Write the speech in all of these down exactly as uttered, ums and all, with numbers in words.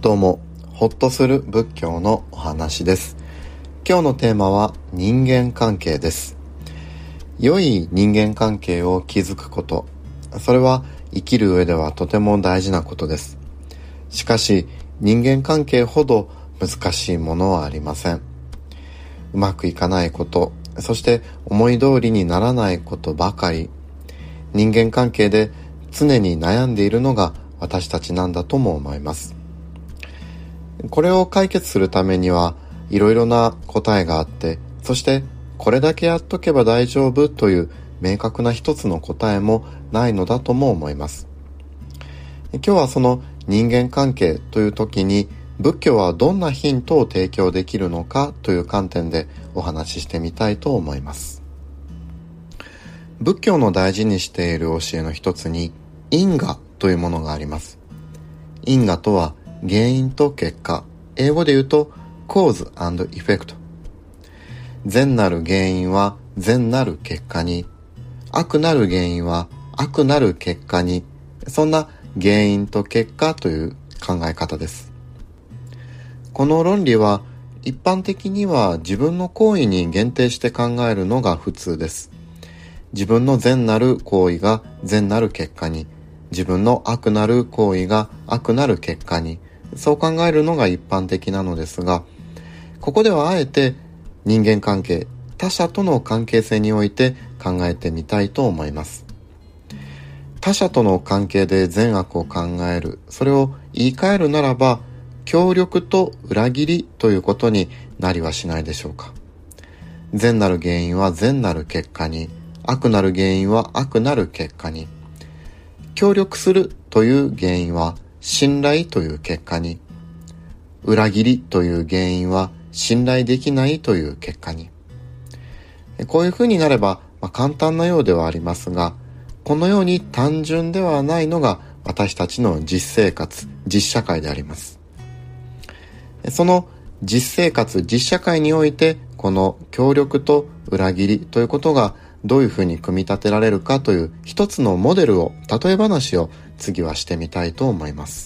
どうも、ほっとする仏教のお話です。今日のテーマは人間関係です。良い人間関係を築くこと、それは生きる上ではとても大事なことです。しかし、人間関係ほど難しいものはありません。うまくいかないこと、そして思い通りにならないことばかり。人間関係で常に悩んでいるのが私たちなんだとも思います。これを解決するためにはいろいろな答えがあって、そしてこれだけやっとけば大丈夫という明確な一つの答えもないのだとも思います。今日はその人間関係という時に仏教はどんなヒントを提供できるのかという観点でお話ししてみたいと思います。仏教の大事にしている教えの一つに因果というものがあります。因果とは原因と結果、英語で言うと cause and effect。 善なる原因は善なる結果に、悪なる原因は悪なる結果に、そんな原因と結果という考え方です。この論理は一般的には自分の行為に限定して考えるのが普通です。自分の善なる行為が善なる結果に、自分の悪なる行為が悪なる結果に、そう考えるのが一般的なのですが、ここではあえて人間関係、他者との関係性において考えてみたいと思います。他者との関係で善悪を考える、それを言い換えるならば、協力と裏切りということになりはしないでしょうか。善なる原因は善なる結果に、悪なる原因は悪なる結果に、協力するという原因は信頼という結果に、裏切りという原因は信頼できないという結果に。こういうふうになれば、まあ、簡単なようではありますが、このように単純ではないのが私たちの実生活、実社会であります。その実生活、実社会において、この協力と裏切りということがどういうふうに組み立てられるかという一つのモデルを、例え話を次はしてみたいと思います。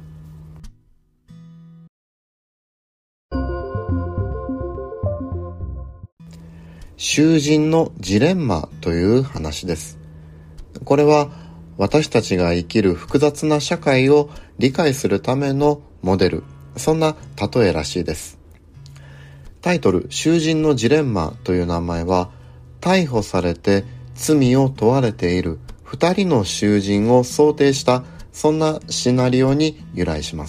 囚人のジレンマという話です。これは私たちが生きる複雑な社会を理解するためのモデル、そんな例えらしいです。タイトル、囚人のジレンマという名前は、逮捕されて罪を問われている二人の囚人を想定したそんなシナリオに由来します。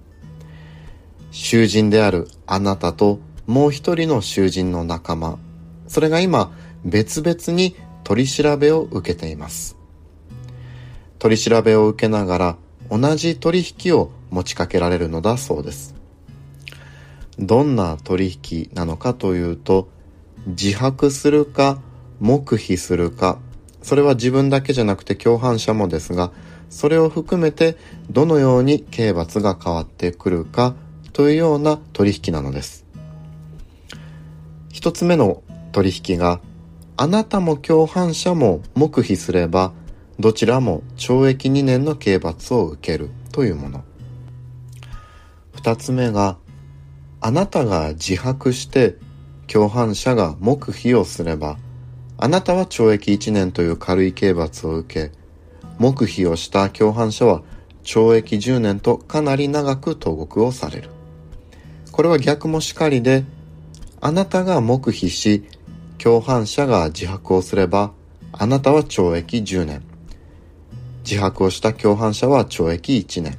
囚人であるあなたともう一人の囚人の仲間、それが今別々に取り調べを受けています。取り調べを受けながら同じ取引を持ちかけられるのだそうです。どんな取引なのかというと、自白するか黙秘するか、それは自分だけじゃなくて共犯者もですが、それを含めてどのように刑罰が変わってくるかというような取引なのです。一つ目の取引が、あなたも共犯者も黙秘すればどちらも懲役にねんの刑罰を受けるというもの。二つ目が、あなたが自白して共犯者が黙秘をすれば、あなたは懲役いちねんという軽い刑罰を受け、黙秘をした共犯者は懲役じゅうねんとかなり長く投獄をされる。これは逆もしかりで、あなたが黙秘し共犯者が自白をすれば、あなたは懲役じゅうねん、自白をした共犯者は懲役いちねん。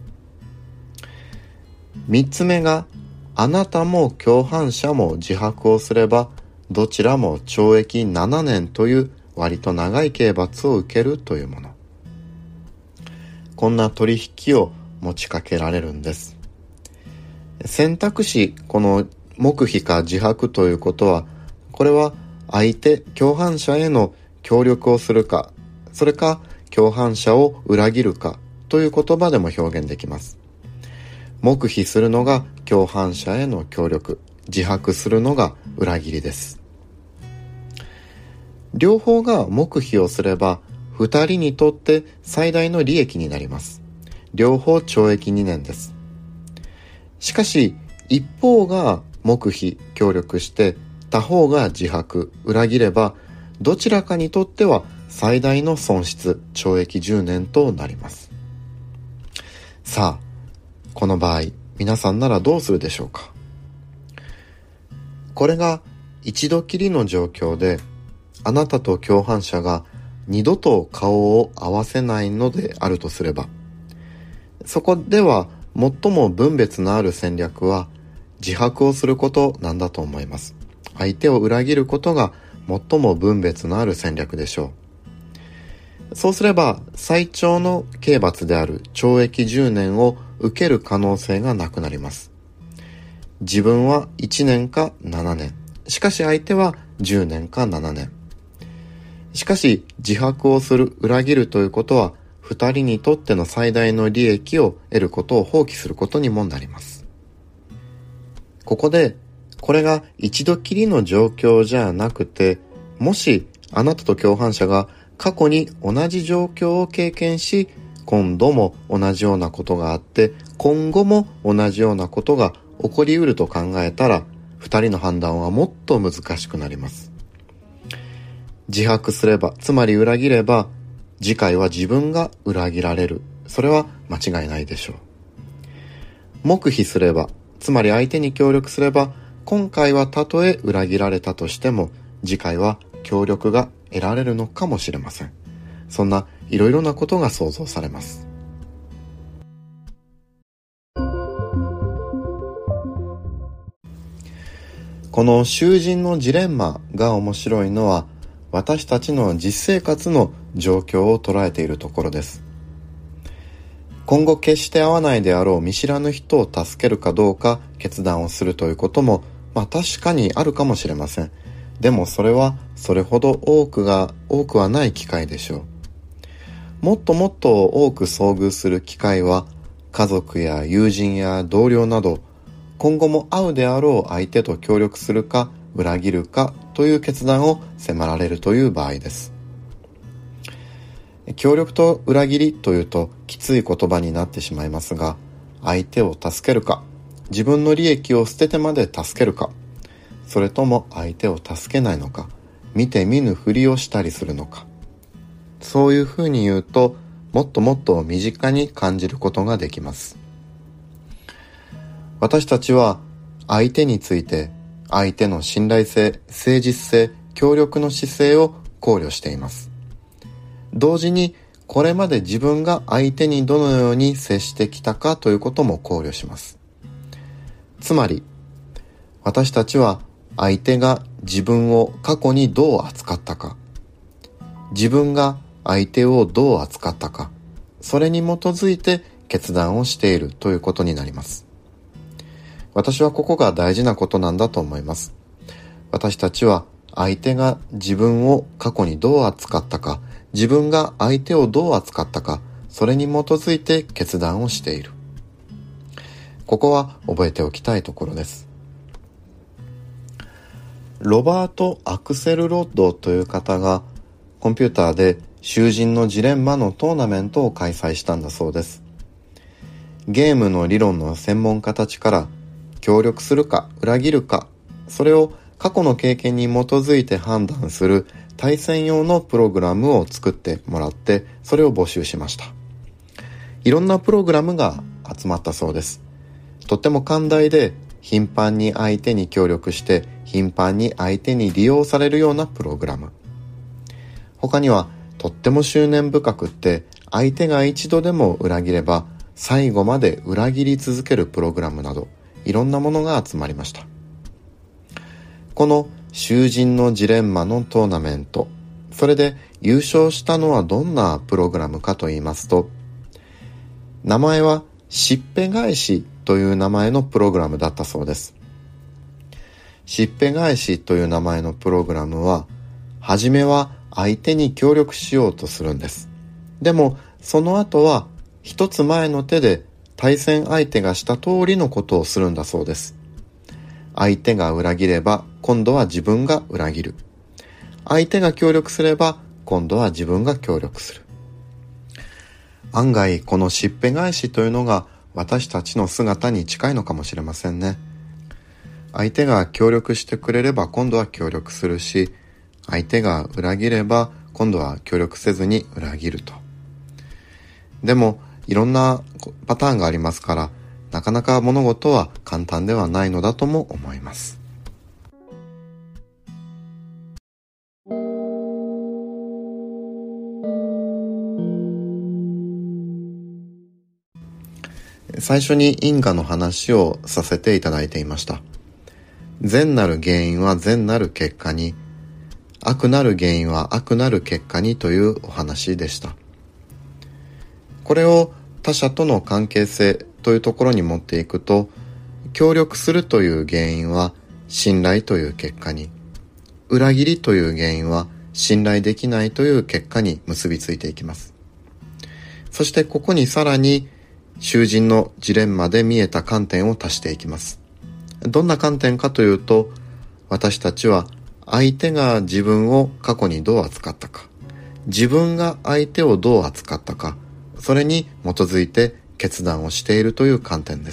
三つ目が、あなたも共犯者も自白をすればどちらも懲役ななねんという割と長い刑罰を受けるというもの。こんな取引を持ちかけられるんです。選択肢、この黙秘か自白ということは、これは相手共犯者への協力をするか、それか共犯者を裏切るかという言葉でも表現できます。黙秘するのが共犯者への協力、自白するのが裏切りです。両方が黙秘をすれば二人にとって最大の利益になります。両方懲役にねんです。 しかし一方が黙秘協力して他方が自白裏切れば、どちらかにとっては最大の損失、懲役じゅうねんとなります。さあ、この場合皆さんならどうするでしょうか。これが一度きりの状況で、あなたと共犯者が二度と顔を合わせないのであるとすれば、そこでは最も分別のある戦略は自白をすることなんだと思います。相手を裏切ることが最も分別のある戦略でしょう。そうすれば最長の刑罰である懲役じゅうねんを受ける可能性がなくなります。自分はいちねんかななねん、しかし相手はじゅうねんかななねん。しかし自白をする、裏切るということは二人にとっての最大の利益を得ることを放棄することにもなります。ここでこれが一度きりの状況じゃなくて、もしあなたと共犯者が過去に同じ状況を経験し、今度も同じようなことがあって、今後も同じようなことが起こりうると考えたら、二人の判断はもっと難しくなります。自白すれば、つまり裏切れば、次回は自分が裏切られる。それは間違いないでしょう。黙秘すれば、つまり相手に協力すれば、今回はたとえ裏切られたとしても、次回は協力が得られるのかもしれません。そんないろいろなことが想像されます。この囚人のジレンマが面白いのは、私たちの実生活の状況を捉えているところです。今後決して会わないであろう見知らぬ人を助けるかどうか決断をするということも、まあ確かにあるかもしれません。でもそれはそれほど多くが多くはない機会でしょう。もっともっと多く遭遇する機会は、家族や友人や同僚など、今後も会うであろう相手と協力するか裏切るかという決断を迫られるという場合です。協力と裏切りというときつい言葉になってしまいますが、相手を助けるか、自分の利益を捨ててまで助けるか、それとも相手を助けないのか、見て見ぬふりをしたりするのか、そういうふうに言うと、もっともっと身近に感じることができます。私たちは相手について、相手の信頼性、誠実性、協力の姿勢を考慮しています。同時にこれまで自分が相手にどのように接してきたかということも考慮します。つまり私たちは相手が自分を過去にどう扱ったか、自分が相手をどう扱ったか、それに基づいて決断をしているということになります。私はここが大事なことなんだと思います。私たちは相手が自分を過去にどう扱ったか、自分が相手をどう扱ったか、それに基づいて決断をしている。ここは覚えておきたいところです。ロバート・アクセルロッドという方がコンピューターで囚人のジレンマのトーナメントを開催したんだそうです。ゲームの理論の専門家たちから協力するか裏切るか、それを過去の経験に基づいて判断する対戦用のプログラムを作ってもらって、それを募集しました。いろんなプログラムが集まったそうです。とっても寛大で、頻繁に相手に協力して頻繁に相手に利用されるようなプログラム。他にはとっても執念深くって、相手が一度でも裏切れば最後まで裏切り続けるプログラムなど、いろんなものが集まりました。この囚人のジレンマのトーナメント、それで優勝したのはどんなプログラムかと言いますと、名前はしっぺ返しという名前のプログラムだったそうです。しっぺ返しという名前のプログラムは、はじめは相手に協力しようとするんです。でもその後は一つ前の手で対戦相手がした通りのことをするんだそうです。相手が裏切れば今度は自分が裏切る。相手が協力すれば今度は自分が協力する。案外このしっぺ返しというのが私たちの姿に近いのかもしれませんね。相手が協力してくれれば今度は協力するし、相手が裏切れば今度は協力せずに裏切ると。でもいろんなパターンがありますから、なかなか物事は簡単ではないのだとも思います。最初に因果の話をさせていただいていました。善なる原因は善なる結果に、悪なる原因は悪なる結果にというお話でした。これを他者との関係性というところに持っていくと、協力するという原因は信頼という結果に、裏切りという原因は信頼できないという結果に結びついていきます。そしてここにさらに囚人のジレンマで見えた観点を足していきます。どんな観点かというと、私たちは相手が自分を過去にどう扱ったか、自分が相手をどう扱ったか、それに基づいて決断をしているという観点です。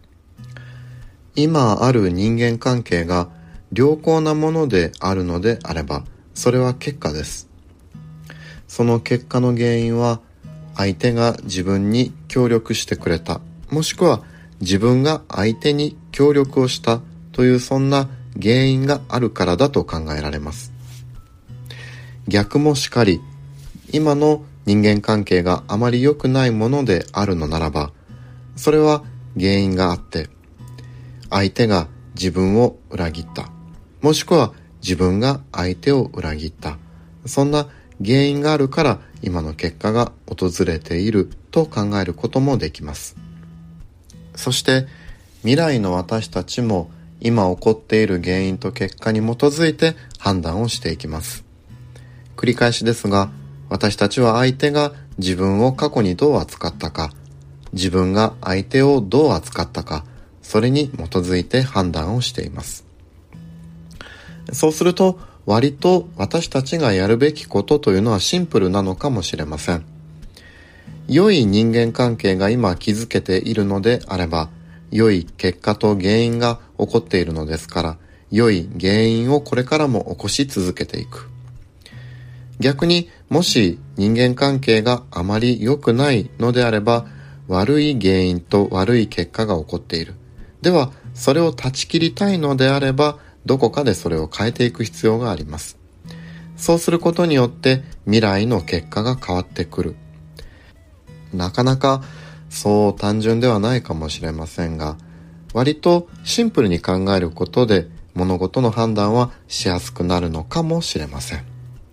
今ある人間関係が良好なものであるのであれば、それは結果です。その結果の原因は、相手が自分に協力してくれた、もしくは自分が相手に協力をしたというそんな原因があるからだと考えられます。逆もしかり、今の人間関係があまり良くないものであるのならば、それは原因があって、相手が自分を裏切った、もしくは自分が相手を裏切った、そんな原因があるから今の結果が訪れていると考えることもできます。そして未来の私たちも今起こっている原因と結果に基づいて判断をしていきます。繰り返しですが、私たちは相手が自分を過去にどう扱ったか、自分が相手をどう扱ったか、それに基づいて判断をしています。そうすると割と私たちがやるべきことというのはシンプルなのかもしれません。良い人間関係が今築けているのであれば、良い結果と原因が起こっているのですから、良い原因をこれからも起こし続けていく。逆にもし人間関係があまり良くないのであれば、悪い原因と悪い結果が起こっている。ではそれを断ち切りたいのであれば、どこかでそれを変えていく必要があります。そうすることによって未来の結果が変わってくる。なかなかそう単純ではないかもしれませんが、割とシンプルに考えることで物事の判断はしやすくなるのかもしれません。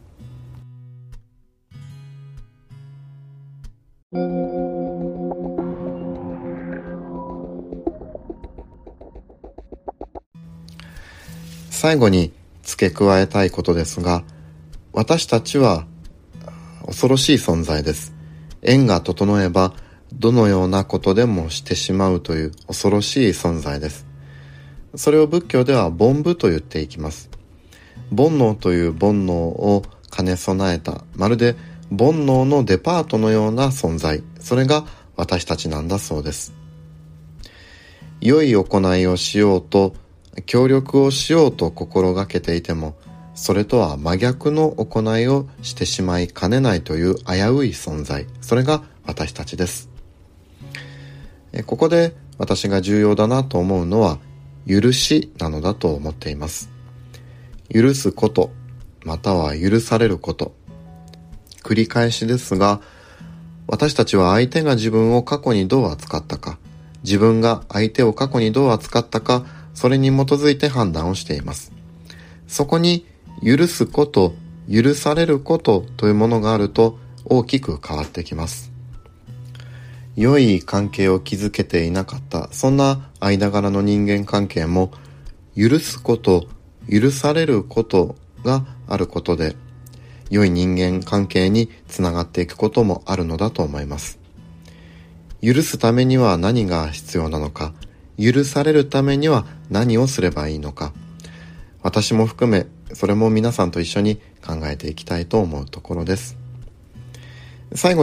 最後に付け加えたいことですが、私たちは恐ろしい存在です。縁が整えばどのようなことでもしてしまうという恐ろしい存在です。それを仏教では煩悩と言っていきます。煩悩という煩悩を兼ね備えた、まるで煩悩のデパートのような存在、それが私たちなんだそうです。良い行いをしようと、協力をしようと心がけていても、それとは真逆の行いをしてしまいかねないという危うい存在、それが私たちです。ここで私が重要だなと思うのは、許しなのだと思っています。許すこと、または許されること。繰り返しですが、私たちは相手が自分を過去にどう扱ったか、自分が相手を過去にどう扱ったか、それに基づいて判断をしています。そこに許すこと、許されることというものがあると大きく変わってきます。良い関係を築けていなかった、そんな間柄の人間関係も、許すこと、許されることがあることで、良い人間関係につながっていくこともあるのだと思います。許すためには何が必要なのか、許されるためには何をすればいいのか、私も含めそれも皆さんと一緒に考えていきたいと思うところです。最後に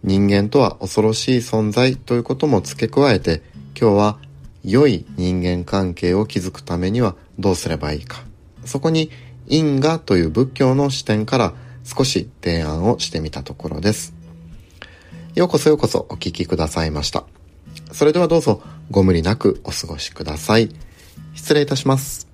人間とは恐ろしい存在ということも付け加えて、今日は良い人間関係を築くためにはどうすればいいか、そこに因果という仏教の視点から少し提案をしてみたところです。ようこそようこそお聞きくださいました。それではどうぞご無理なくお過ごしください。失礼いたします。